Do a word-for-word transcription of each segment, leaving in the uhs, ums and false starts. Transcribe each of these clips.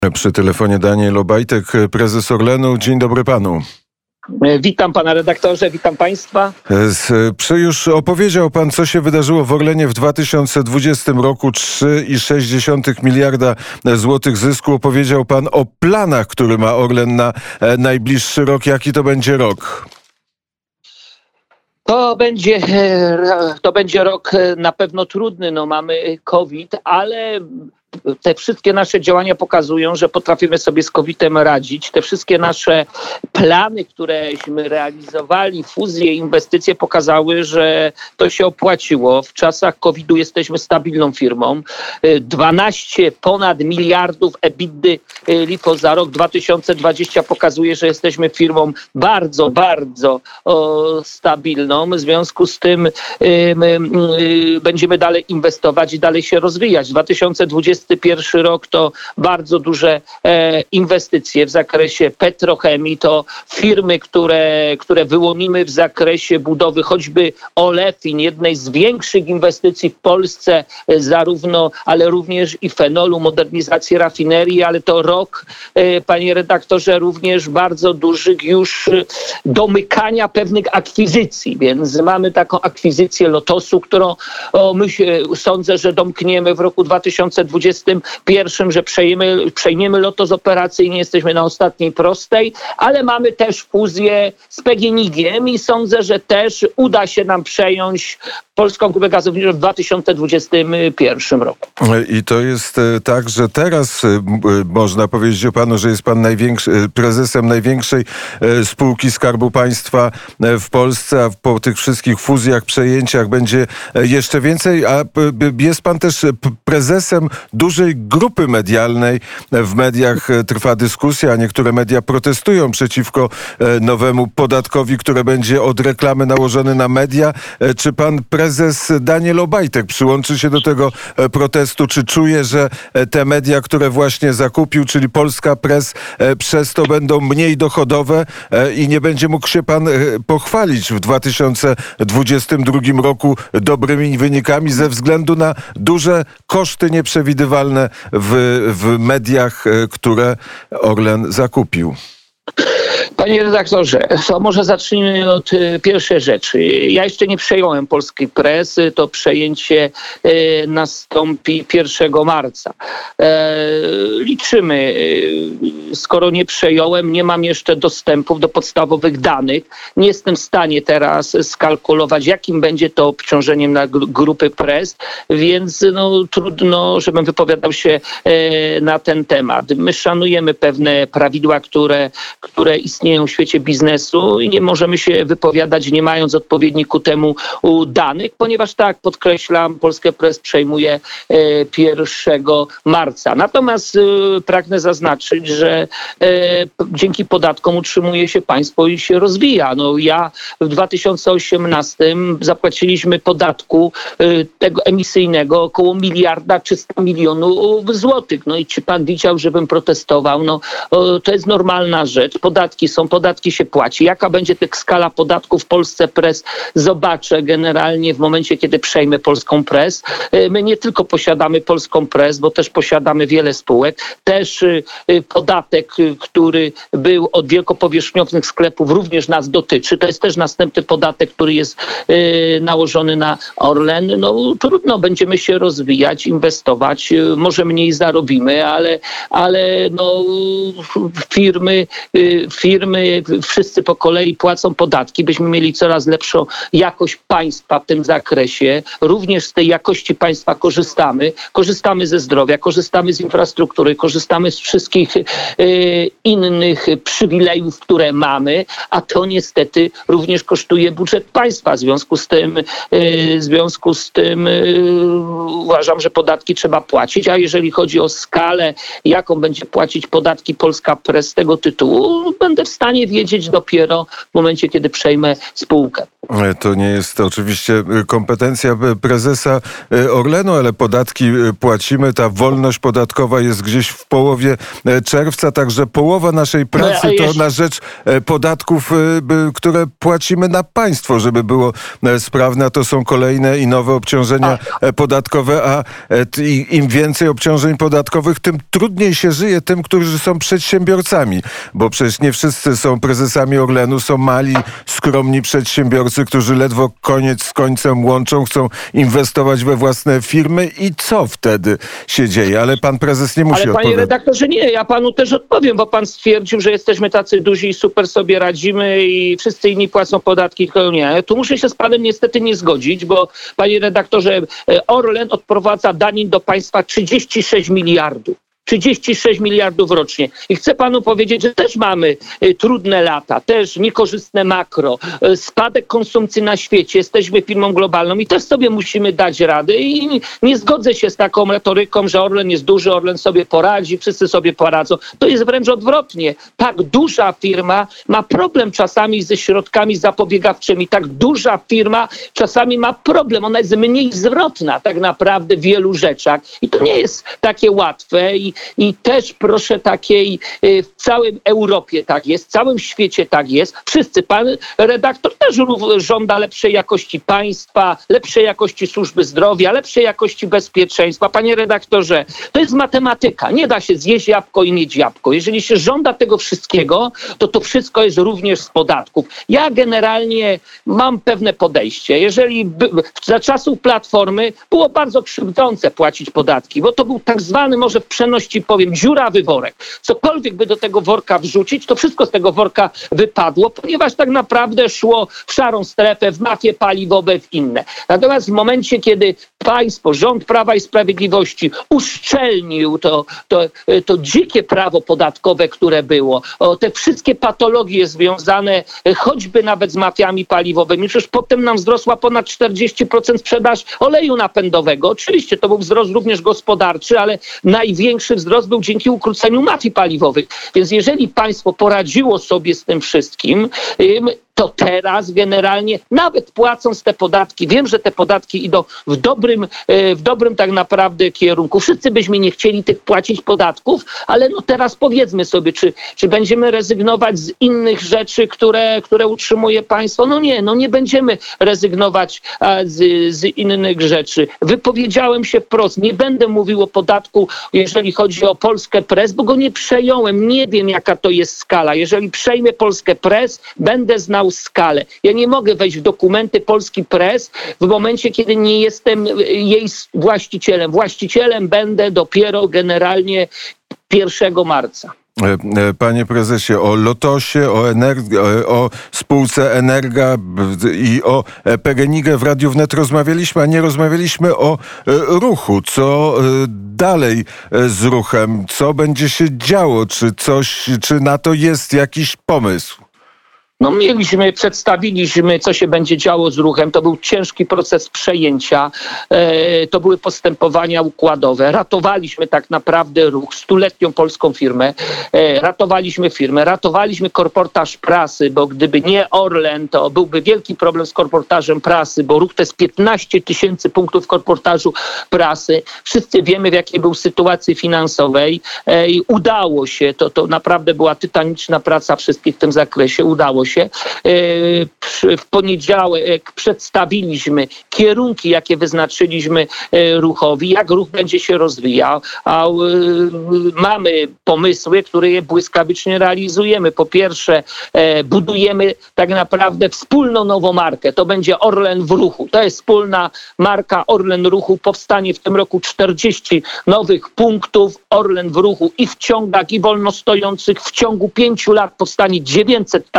Przy telefonie Daniel Obajtek, prezes Orlenu. Dzień dobry panu. Witam pana redaktorze, witam państwa. Przy już opowiedział pan, co się wydarzyło w Orlenie w dwa tysiące dwudziestym roku. trzy i sześć dziesiątych miliarda złotych zysku. Opowiedział pan o planach, który ma Orlen na najbliższy rok. Jaki to będzie rok? To będzie, to będzie rok na pewno trudny. No, mamy COVID, ale te wszystkie nasze działania pokazują, że potrafimy sobie z kowidem radzić. Te wszystkie nasze plany, któreśmy realizowali, fuzje, inwestycje pokazały, że to się opłaciło. W czasach kowida jesteśmy stabilną firmą. dwanaście ponad miliardów EBITDA LIFO za rok dwa tysiące dwudziesty pokazuje, że jesteśmy firmą bardzo, bardzo o, stabilną. W związku z tym y, y, y, będziemy dalej inwestować i dalej się rozwijać. dwa tysiące dwudziesty pierwszy rok to bardzo duże e, inwestycje w zakresie petrochemii. To firmy, które, które wyłonimy w zakresie budowy choćby Olefin, jednej z większych inwestycji w Polsce, e, zarówno, ale również i fenolu, modernizacji rafinerii, ale to rok, e, panie redaktorze, również bardzo dużych już domykania pewnych akwizycji, więc mamy taką akwizycję Lotosu, którą o, my się, sądzę, że domkniemy w roku dwa tysiące dwudziestym pierwszym, że przejmiemy, przejmiemy Lotos operacyjnie, jesteśmy na ostatniej prostej, ale mamy też fuzję z P G N I G-iem i sądzę, że też uda się nam przejąć Polską Grupę Gazowniczą w dwa tysiące dwudziestym pierwszym roku. I to jest tak, że teraz można powiedzieć o panu, że jest pan największy, prezesem największej spółki Skarbu Państwa w Polsce, a po tych wszystkich fuzjach, przejęciach będzie jeszcze więcej, a jest pan też prezesem dużej grupy medialnej. W mediach trwa dyskusja, a niektóre media protestują przeciwko nowemu podatkowi, który będzie od reklamy nałożony na media. Czy pan prezes Daniel Obajtek przyłączy się do tego protestu? Czy czuje, że te media, które właśnie zakupił, czyli Polska Press, przez to będą mniej dochodowe i nie będzie mógł się pan pochwalić w dwa tysiące dwudziestym drugim roku dobrymi wynikami ze względu na duże koszty nieprzewidywalne w, w mediach, które Orlen zakupił? Panie redaktorze, to może zacznijmy od y, pierwszej rzeczy. Ja jeszcze nie przejąłem Polskiej Press. To przejęcie y, nastąpi pierwszego marca. E, liczymy. Y, skoro nie przejąłem, nie mam jeszcze dostępów do podstawowych danych. Nie jestem w stanie teraz skalkulować, jakim będzie to obciążeniem na gr- grupy Press, więc no, trudno, żebym wypowiadał się y, na ten temat. My szanujemy pewne prawidła, które, które istnieją w świecie biznesu i nie możemy się wypowiadać, nie mając odpowiednich ku temu danych, ponieważ tak, podkreślam, Polskę Press przejmuje e, pierwszego marca. Natomiast e, pragnę zaznaczyć, że e, dzięki podatkom utrzymuje się państwo i się rozwija. No, ja w dwa tysiące osiemnastym zapłaciliśmy podatku e, tego emisyjnego około miliarda trzysta milionów złotych. No i czy pan widział, żebym protestował? No, o, to jest normalna rzecz. Podatki są, podatki się płaci. Jaka będzie tych skala podatków w Polsce Press? Zobaczę generalnie w momencie, kiedy przejmę Polską Press. My nie tylko posiadamy Polską Press, bo też posiadamy wiele spółek. Też podatek, który był od wielkopowierzchniowych sklepów, również nas dotyczy. To jest też następny podatek, który jest nałożony na Orlen. No trudno, będziemy się rozwijać, inwestować. Może mniej zarobimy, ale, ale no, firmy Firmy, wszyscy po kolei płacą podatki, byśmy mieli coraz lepszą jakość państwa w tym zakresie. Również z tej jakości państwa korzystamy. Korzystamy ze zdrowia, korzystamy z infrastruktury, korzystamy z wszystkich y, innych przywilejów, które mamy, a to niestety również kosztuje budżet państwa. W związku z tym, y, w związku z tym y, uważam, że podatki trzeba płacić, a jeżeli chodzi o skalę, jaką będzie płacić podatki Polska Press z tego tytułu, będę w stanie stanie wiedzieć dopiero w momencie, kiedy przejmę spółkę. To nie jest oczywiście kompetencja prezesa Orlenu, ale podatki płacimy. Ta wolność podatkowa jest gdzieś w połowie czerwca, także połowa naszej pracy No, to na rzecz podatków, które płacimy na państwo, żeby było sprawne. A to są kolejne i nowe obciążenia a. podatkowe, a im więcej obciążeń podatkowych, tym trudniej się żyje tym, którzy są przedsiębiorcami, bo przecież nie wszyscy są prezesami Orlenu, są mali, skromni przedsiębiorcy, którzy ledwo koniec z końcem łączą, chcą inwestować we własne firmy i co wtedy się dzieje? Ale pan prezes nie musi odpowiedzieć. Ale panie odpowiadać. redaktorze, nie, ja panu też odpowiem, bo pan stwierdził, że jesteśmy tacy duzi i super sobie radzimy i wszyscy inni płacą podatki, tylko nie. Tu muszę się z panem niestety nie zgodzić, bo panie redaktorze, Orlen odprowadza danin do państwa trzydzieści sześć miliardów. trzydzieści sześć miliardów rocznie. I chcę panu powiedzieć, że też mamy y, trudne lata, też niekorzystne makro, y, spadek konsumpcji na świecie. Jesteśmy firmą globalną i też sobie musimy dać radę. I nie zgodzę się z taką retoryką, że Orlen jest duży, Orlen sobie poradzi, wszyscy sobie poradzą. To jest wręcz odwrotnie. Tak duża firma ma problem czasami ze środkami zapobiegawczymi. Tak duża firma czasami ma problem. Ona jest mniej zwrotna tak naprawdę w wielu rzeczach. I to nie jest takie łatwe. I I też proszę takiej, w całej Europie tak jest, w całym świecie tak jest. Wszyscy, pan redaktor też żąda lepszej jakości państwa, lepszej jakości służby zdrowia, lepszej jakości bezpieczeństwa. Panie redaktorze, to jest matematyka. Nie da się zjeść jabłko i mieć jabłko. Jeżeli się żąda tego wszystkiego, to to wszystko jest również z podatków. Ja generalnie mam pewne podejście. Jeżeli by, za czasów Platformy było bardzo krzywdzące płacić podatki, bo to był tak zwany, może w przenośni powiem, dziurawy worek. Cokolwiek by do tego worka wrzucić, to wszystko z tego worka wypadło, ponieważ tak naprawdę szło w szarą strefę, w mafie paliwowe, w inne. Natomiast w momencie, kiedy państwo, rząd Prawa i Sprawiedliwości uszczelnił to, to, to dzikie prawo podatkowe, które było, o, te wszystkie patologie związane choćby nawet z mafiami paliwowymi, przecież potem nam wzrosła ponad czterdzieści procent sprzedaż oleju napędowego. Oczywiście to był wzrost również gospodarczy, ale największy wzrost był dzięki ukróceniu mafii paliwowych. Więc jeżeli państwo poradziło sobie z tym wszystkim, to teraz generalnie nawet płacąc te podatki, wiem, że te podatki idą w dobrym, w dobrym tak naprawdę kierunku. Wszyscy byśmy nie chcieli tych płacić podatków, ale no teraz powiedzmy sobie, czy, czy będziemy rezygnować z innych rzeczy, które, które utrzymuje państwo? No nie, no nie będziemy rezygnować z, z innych rzeczy. Wypowiedziałem się wprost, nie będę mówił o podatku, jeżeli chodzi o Polskę Press, bo go nie przejąłem, nie wiem jaka to jest skala. Jeżeli przejmę Polskę Press, będę znał skalę. Ja nie mogę wejść w dokumenty Polski Press w momencie, kiedy nie jestem jej właścicielem. Właścicielem będę dopiero generalnie pierwszego marca. Panie prezesie, o Lotosie, o, Energ- o spółce Energa i o P G N I G w Radiu Wnet rozmawialiśmy, a nie rozmawialiśmy o ruchu. Co dalej z ruchem? Co będzie się działo? Czy coś, czy na to jest jakiś pomysł? No mieliśmy, przedstawiliśmy, co się będzie działo z ruchem. To był ciężki proces przejęcia. E, to były postępowania układowe. Ratowaliśmy tak naprawdę ruch, stuletnią polską firmę. E, ratowaliśmy firmę, ratowaliśmy korportaż prasy, bo gdyby nie Orlen, to byłby wielki problem z korportażem prasy, bo ruch to jest piętnaście tysięcy punktów w korportażu prasy. Wszyscy wiemy, w jakiej był sytuacji finansowej e, i udało się. To, to naprawdę była tytaniczna praca wszystkich w tym zakresie. Udało się. W poniedziałek przedstawiliśmy kierunki, jakie wyznaczyliśmy ruchowi, jak ruch będzie się rozwijał, a mamy pomysły, które je błyskawicznie realizujemy. Po pierwsze, budujemy tak naprawdę wspólną nową markę. To będzie Orlen w ruchu. To jest wspólna marka Orlen Ruchu. Powstanie w tym roku czterdzieści nowych punktów Orlen w ruchu i w ciągach, i wolno stojących. W ciągu pięciu lat powstanie dziewięćset takich punktów.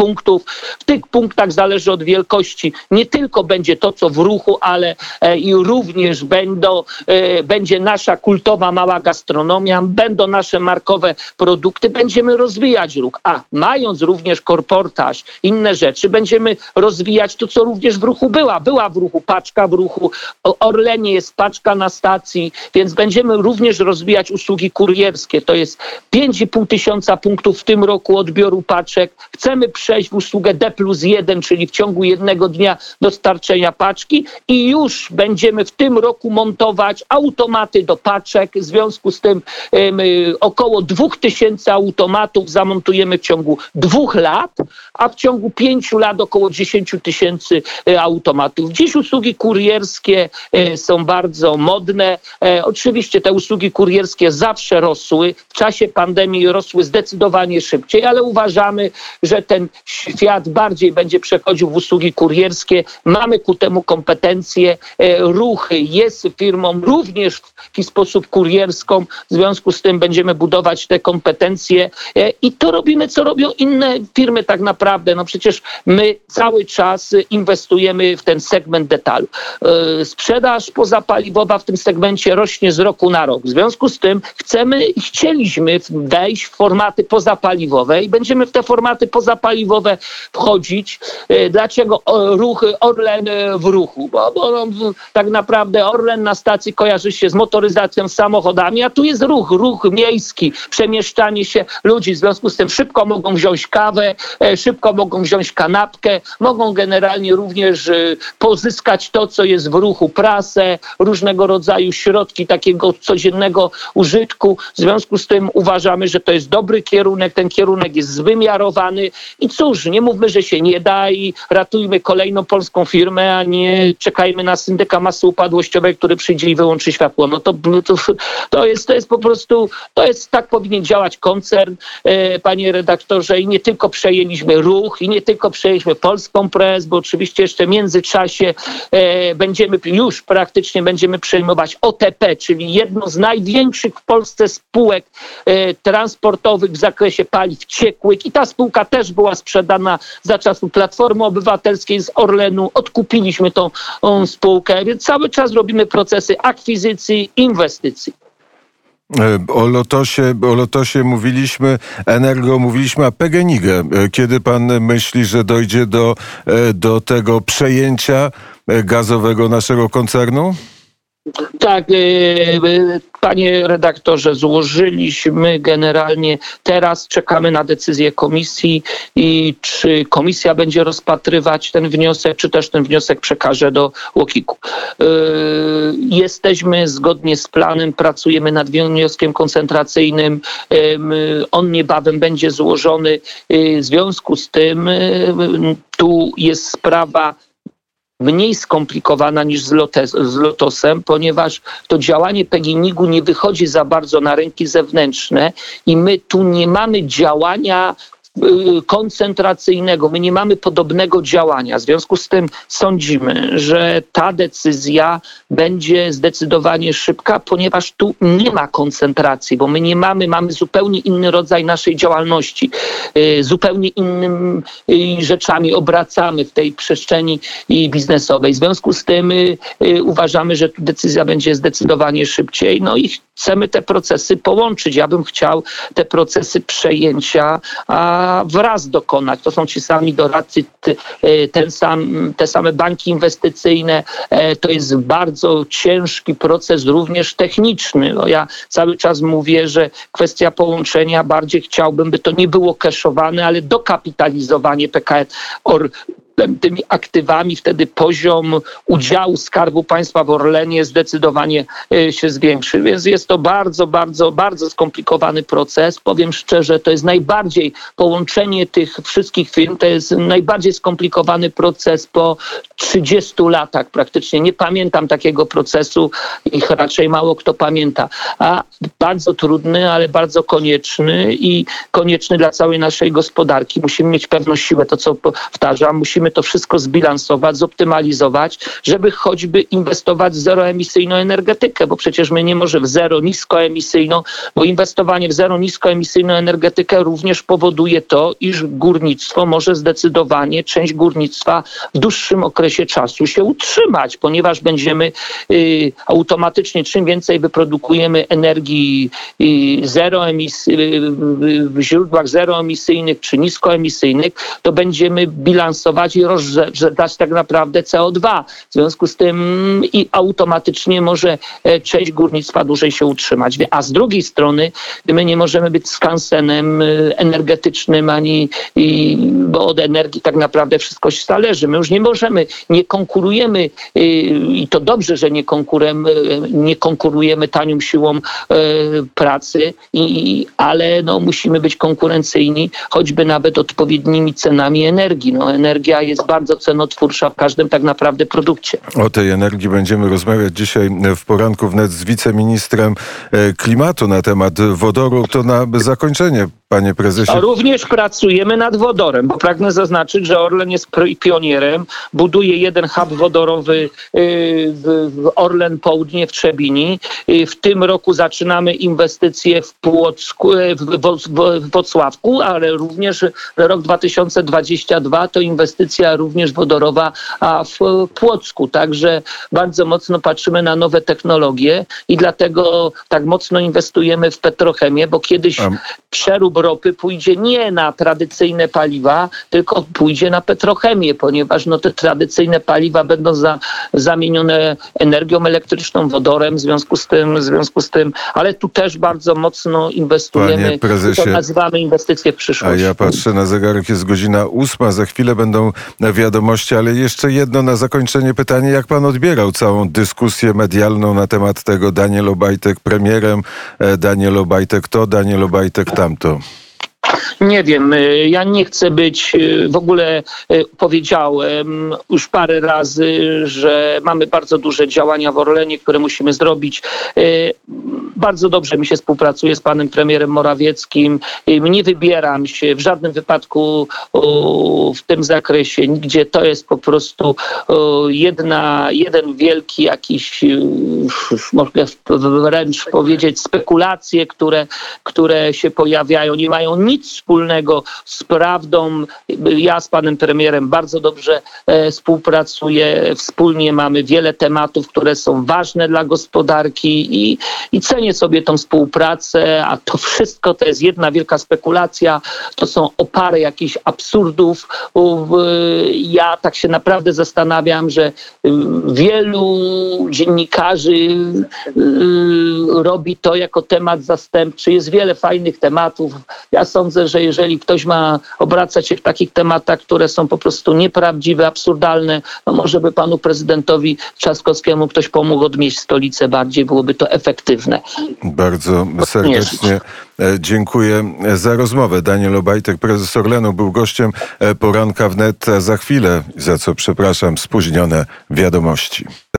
punktów. W tych punktach zależy od wielkości. Nie tylko będzie to, co w ruchu, ale e, i również będą, e, będzie nasza kultowa mała gastronomia, będą nasze markowe produkty. Będziemy rozwijać ruch. A mając również korportaż, inne rzeczy, będziemy rozwijać to, co również w ruchu była. Była w ruchu paczka, w ruchu Orlenie jest paczka na stacji, więc będziemy również rozwijać usługi kurierskie. To jest pięć i pół tysiąca punktów w tym roku odbioru paczek. Chcemy przejść w usługę D plus jeden, czyli w ciągu jednego dnia dostarczenia paczki i już będziemy w tym roku montować automaty do paczek. W związku z tym um, około dwóch tysięcy automatów zamontujemy w ciągu dwóch lat, a w ciągu pięciu lat około dziesięciu tysięcy automatów. Dziś usługi kurierskie e, są bardzo modne. E, oczywiście te usługi kurierskie zawsze rosły. W czasie pandemii rosły zdecydowanie szybciej, ale uważamy, że ten świat bardziej będzie przechodził w usługi kurierskie. Mamy ku temu kompetencje. E, Ruchy jest firmą również w jakiś sposób kurierską. W związku z tym będziemy budować te kompetencje e, i to robimy, co robią inne firmy tak naprawdę. No przecież my cały czas inwestujemy w ten segment detalu. E, sprzedaż pozapaliwowa w tym segmencie rośnie z roku na rok. W związku z tym chcemy i chcieliśmy wejść w formaty pozapaliwowe i będziemy w te formaty pozapaliwowe wchodzić. E, dlaczego ruchy Orlen w ruchu? Bo, bo no, tak naprawdę Orlen na stacji kojarzy się z motoryzacją, z samochodami, a tu jest ruch, ruch miejski, przemieszczanie się ludzi. W związku z tym szybko mogą wziąć kawę, e, szybko mogą wziąć kanapkę, mogą generalnie również e, pozyskać to, co jest w ruchu, prasę, różnego rodzaju środki takiego codziennego użytku. W związku z tym uważamy, że to jest dobry kierunek, ten kierunek jest wymiarowany i cóż, nie mówmy, że się nie da i ratujmy kolejną polską firmę, a nie czekajmy na syndyka masy upadłościowej, który przyjdzie i wyłączy światło. No to, to, to, jest, to jest po prostu, to jest, tak powinien działać koncern, e, panie redaktorze, i nie tylko przejęliśmy ruch i nie tylko przejęliśmy Polską Press, bo oczywiście jeszcze w międzyczasie e, będziemy już praktycznie będziemy przejmować O T P, czyli jedno z największych w Polsce spółek e, transportowych w zakresie paliw ciekłych i ta spółka też była sprzedana za czasów Platformy Obywatelskiej z Orlenu. Odkupiliśmy tą, tą spółkę, więc cały czas robimy procesy akwizycji, inwestycji. O Lotosie, o Lotosie mówiliśmy, Energo mówiliśmy, a P G N I G. Kiedy pan myśli, że dojdzie do, do tego przejęcia gazowego naszego koncernu? Tak, panie redaktorze, złożyliśmy generalnie, teraz czekamy na decyzję komisji i czy komisja będzie rozpatrywać ten wniosek, czy też ten wniosek przekaże do łukiku. Jesteśmy zgodnie z planem, pracujemy nad wnioskiem koncentracyjnym, on niebawem będzie złożony. W związku z tym tu jest sprawa mniej skomplikowana niż z, Lotes, z Lotosem, ponieważ to działanie P G N I G-u nie wychodzi za bardzo na rynki zewnętrzne i my tu nie mamy działania koncentracyjnego. My nie mamy podobnego działania. W związku z tym sądzimy, że ta decyzja będzie zdecydowanie szybka, ponieważ tu nie ma koncentracji, bo my nie mamy, mamy zupełnie inny rodzaj naszej działalności. Zupełnie innymi rzeczami obracamy w tej przestrzeni biznesowej. W związku z tym uważamy, że tu decyzja będzie zdecydowanie szybciej. No i chcemy te procesy połączyć. Ja bym chciał te procesy przejęcia a wraz dokonać. To są ci sami doradcy, ten sam, te same banki inwestycyjne. To jest bardzo ciężki proces, również techniczny. No ja cały czas mówię, że kwestia połączenia, bardziej chciałbym, by to nie było keszowane, ale dokapitalizowanie P K N Or tymi aktywami, wtedy poziom udziału Skarbu Państwa w Orlenie zdecydowanie się zwiększy. Więc jest to bardzo, bardzo, bardzo skomplikowany proces. Powiem szczerze, to jest najbardziej połączenie tych wszystkich firm, to jest najbardziej skomplikowany proces po trzydziestu latach praktycznie. Nie pamiętam takiego procesu, ich raczej mało kto pamięta. A bardzo trudny, ale bardzo konieczny i konieczny dla całej naszej gospodarki. Musimy mieć pewną siłę, to co powtarzam, musimy musimy to wszystko zbilansować, zoptymalizować, żeby choćby inwestować w zeroemisyjną energetykę, bo przecież my nie możemy w zero niskoemisyjną, bo inwestowanie w zero niskoemisyjną energetykę również powoduje to, iż górnictwo może zdecydowanie, część górnictwa w dłuższym okresie czasu się utrzymać, ponieważ będziemy y, automatycznie, czym więcej wyprodukujemy energii y, zeroemis- y, w źródłach zeroemisyjnych czy niskoemisyjnych, to będziemy bilansować i rozrzedzać tak naprawdę C O dwa. W związku z tym i automatycznie może część górnictwa dłużej się utrzymać. A z drugiej strony my nie możemy być skansenem energetycznym, ani i, bo od energii tak naprawdę wszystko się zależy. My już nie możemy, nie konkurujemy i to dobrze, że nie konkurujemy, nie konkurujemy tanią siłą pracy, i, ale no, musimy być konkurencyjni, choćby nawet odpowiednimi cenami energii. No, energia jest bardzo cenotwórcza w każdym tak naprawdę produkcie. O tej energii będziemy rozmawiać dzisiaj w poranku wnet z wiceministrem klimatu na temat wodoru. To na zakończenie, panie prezesie. A również pracujemy nad wodorem, bo pragnę zaznaczyć, że Orlen jest pionierem. Buduje jeden hub wodorowy w Orlen Południe w Trzebini. W tym roku zaczynamy inwestycje w Płocku, w Włocławku, ale również rok dwa tysiące dwudziesty drugi to inwestycja również wodorowa w Płocku. Także bardzo mocno patrzymy na nowe technologie i dlatego tak mocno inwestujemy w petrochemię, bo kiedyś um. przerób ropy pójdzie nie na tradycyjne paliwa, tylko pójdzie na petrochemię, ponieważ no, te tradycyjne paliwa będą za, zamienione energią elektryczną, wodorem, w związku z tym, w związku z tym, ale tu też bardzo mocno inwestujemy. Panie prezesie, to nazywamy inwestycje w przyszłość. A ja patrzę na zegarek, jest godzina ósma, za chwilę będą wiadomości, ale jeszcze jedno na zakończenie pytanie, jak pan odbierał całą dyskusję medialną na temat tego Daniel Obajtek premierem, Daniel Obajtek to, Daniel Obajtek tamto? Nie wiem, ja nie chcę być, w ogóle powiedziałem już parę razy, że mamy bardzo duże działania w Orlenie, które musimy zrobić. Bardzo dobrze mi się współpracuje z panem premierem Morawieckim. Nie wybieram się w żadnym wypadku w tym zakresie, nigdzie. To jest po prostu jedna, jeden wielki jakiś, mogę wręcz powiedzieć, spekulacje, które, które się pojawiają. Nie mają nic wspólnego z prawdą. Ja z panem premierem bardzo dobrze e, współpracuję. Wspólnie mamy wiele tematów, które są ważne dla gospodarki i, i cenię sobie tą współpracę, a to wszystko to jest jedna wielka spekulacja. To są opary jakichś absurdów. Ja tak się naprawdę zastanawiam, że wielu dziennikarzy robi to jako temat zastępczy. Jest wiele fajnych tematów. Ja sądzę, że jeżeli ktoś ma obracać się w takich tematach, które są po prostu nieprawdziwe, absurdalne, no może by panu prezydentowi Trzaskowskiemu ktoś pomógł odnieść stolicę bardziej, byłoby to efektywne. Bardzo serdecznie dziękuję za rozmowę. Daniel Obajtek, prezes Orlenu, był gościem poranka wnet. Za chwilę, za co przepraszam, spóźnione wiadomości.